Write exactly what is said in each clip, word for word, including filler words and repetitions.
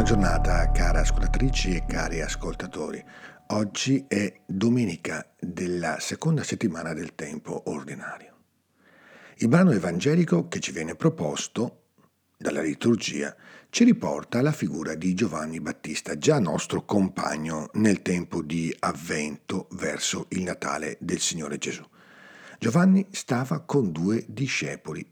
giornata, care ascoltatrici e cari ascoltatori. Oggi è domenica della seconda settimana del tempo ordinario. Il brano evangelico che ci viene proposto dalla liturgia ci riporta alla figura di Giovanni Battista, già nostro compagno nel tempo di Avvento verso il Natale del Signore Gesù. Giovanni stava con due discepoli.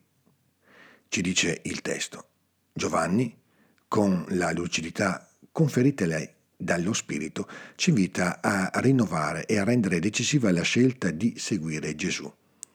Ci dice il testo. Giovanni, con la lucidità conferitele dallo Spirito, ci invita a rinnovare e a rendere decisiva la scelta di seguire Gesù,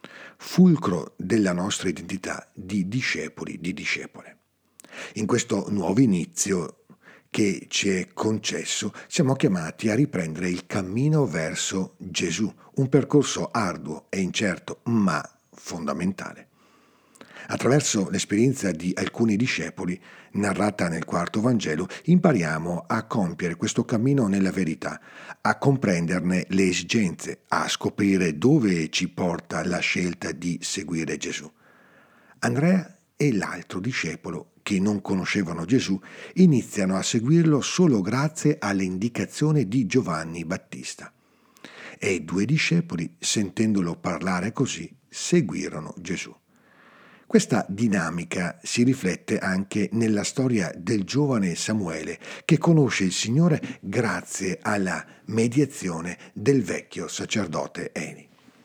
fulcro della nostra identità di discepoli, di discepole. In questo nuovo inizio che ci è concesso, siamo chiamati a riprendere il cammino verso Gesù, un percorso arduo e incerto, ma fondamentale. Attraverso l'esperienza di alcuni discepoli, narrata nel quarto Vangelo, impariamo a compiere questo cammino nella verità, a comprenderne le esigenze, a scoprire dove ci porta la scelta di seguire Gesù. Andrea e l'altro discepolo, che non conoscevano Gesù, iniziano a seguirlo solo grazie alle indicazioni di Giovanni Battista. E i due discepoli, sentendolo parlare così, seguirono Gesù. Questa dinamica si riflette anche nella storia del giovane Samuele, che conosce il Signore grazie alla mediazione del vecchio sacerdote Eli.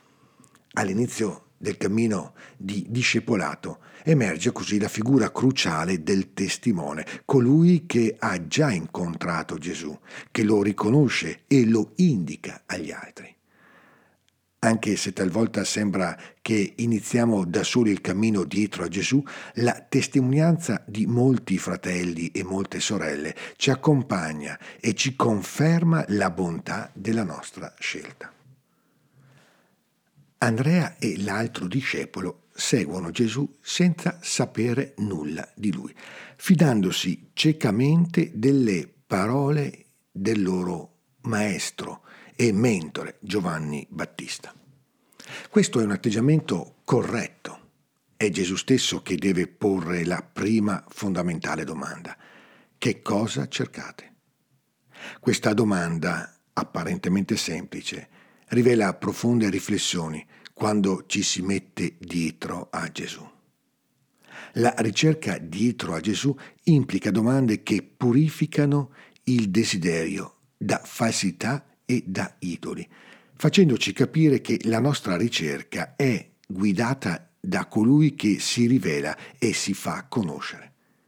All'inizio del cammino di discepolato emerge così la figura cruciale del testimone, colui che ha già incontrato Gesù, che lo riconosce e lo indica agli altri. Anche se talvolta sembra che iniziamo da soli il cammino dietro a Gesù, la testimonianza di molti fratelli e molte sorelle ci accompagna e ci conferma la bontà della nostra scelta. Andrea e l'altro discepolo seguono Gesù senza sapere nulla di lui, fidandosi ciecamente delle parole del loro maestro e mentore Giovanni Battista. Questo è un atteggiamento corretto. È Gesù stesso che deve porre la prima fondamentale domanda. Che cosa cercate? Questa domanda, apparentemente semplice, rivela profonde riflessioni quando ci si mette dietro a Gesù. La ricerca dietro a Gesù implica domande che purificano il desiderio da falsità e da idoli, facendoci capire che la nostra ricerca è guidata da colui che si rivela e si fa conoscere.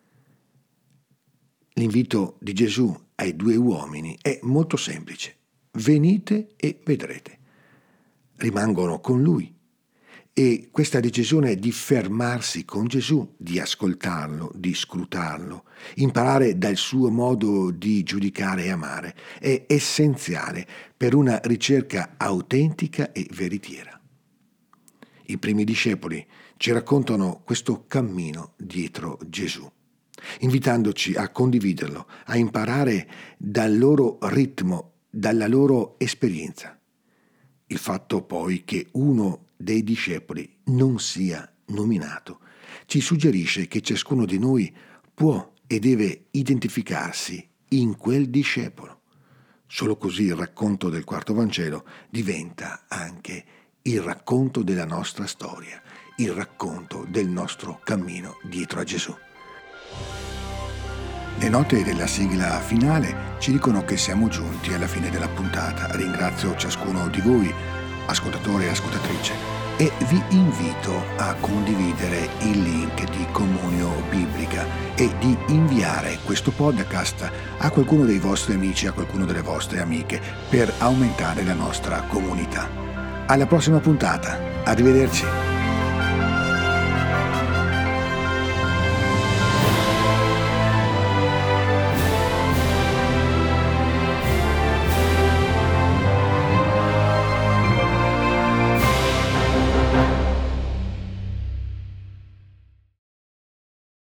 L'invito di Gesù ai due uomini è molto semplice. Venite e vedrete. Rimangono con lui. E questa decisione di fermarsi con Gesù, di ascoltarlo, di scrutarlo, imparare dal suo modo di giudicare e amare, è essenziale per una ricerca autentica e veritiera. I primi discepoli ci raccontano questo cammino dietro Gesù, invitandoci a condividerlo, a imparare dal loro ritmo, dalla loro esperienza. Il fatto poi che uno dei discepoli non sia nominato ci suggerisce che ciascuno di noi può e deve identificarsi in quel discepolo. Solo così il racconto del quarto Vangelo diventa anche il racconto della nostra storia, il racconto del nostro cammino dietro a Gesù. Le note della sigla finale ci dicono che siamo giunti alla fine della puntata. Ringrazio ciascuno di voi, ascoltatore e ascoltatrice, e vi invito a condividere il link di Comunio Biblica e di inviare questo podcast a qualcuno dei vostri amici, a qualcuno delle vostre amiche, per aumentare la nostra comunità. Alla prossima puntata, arrivederci.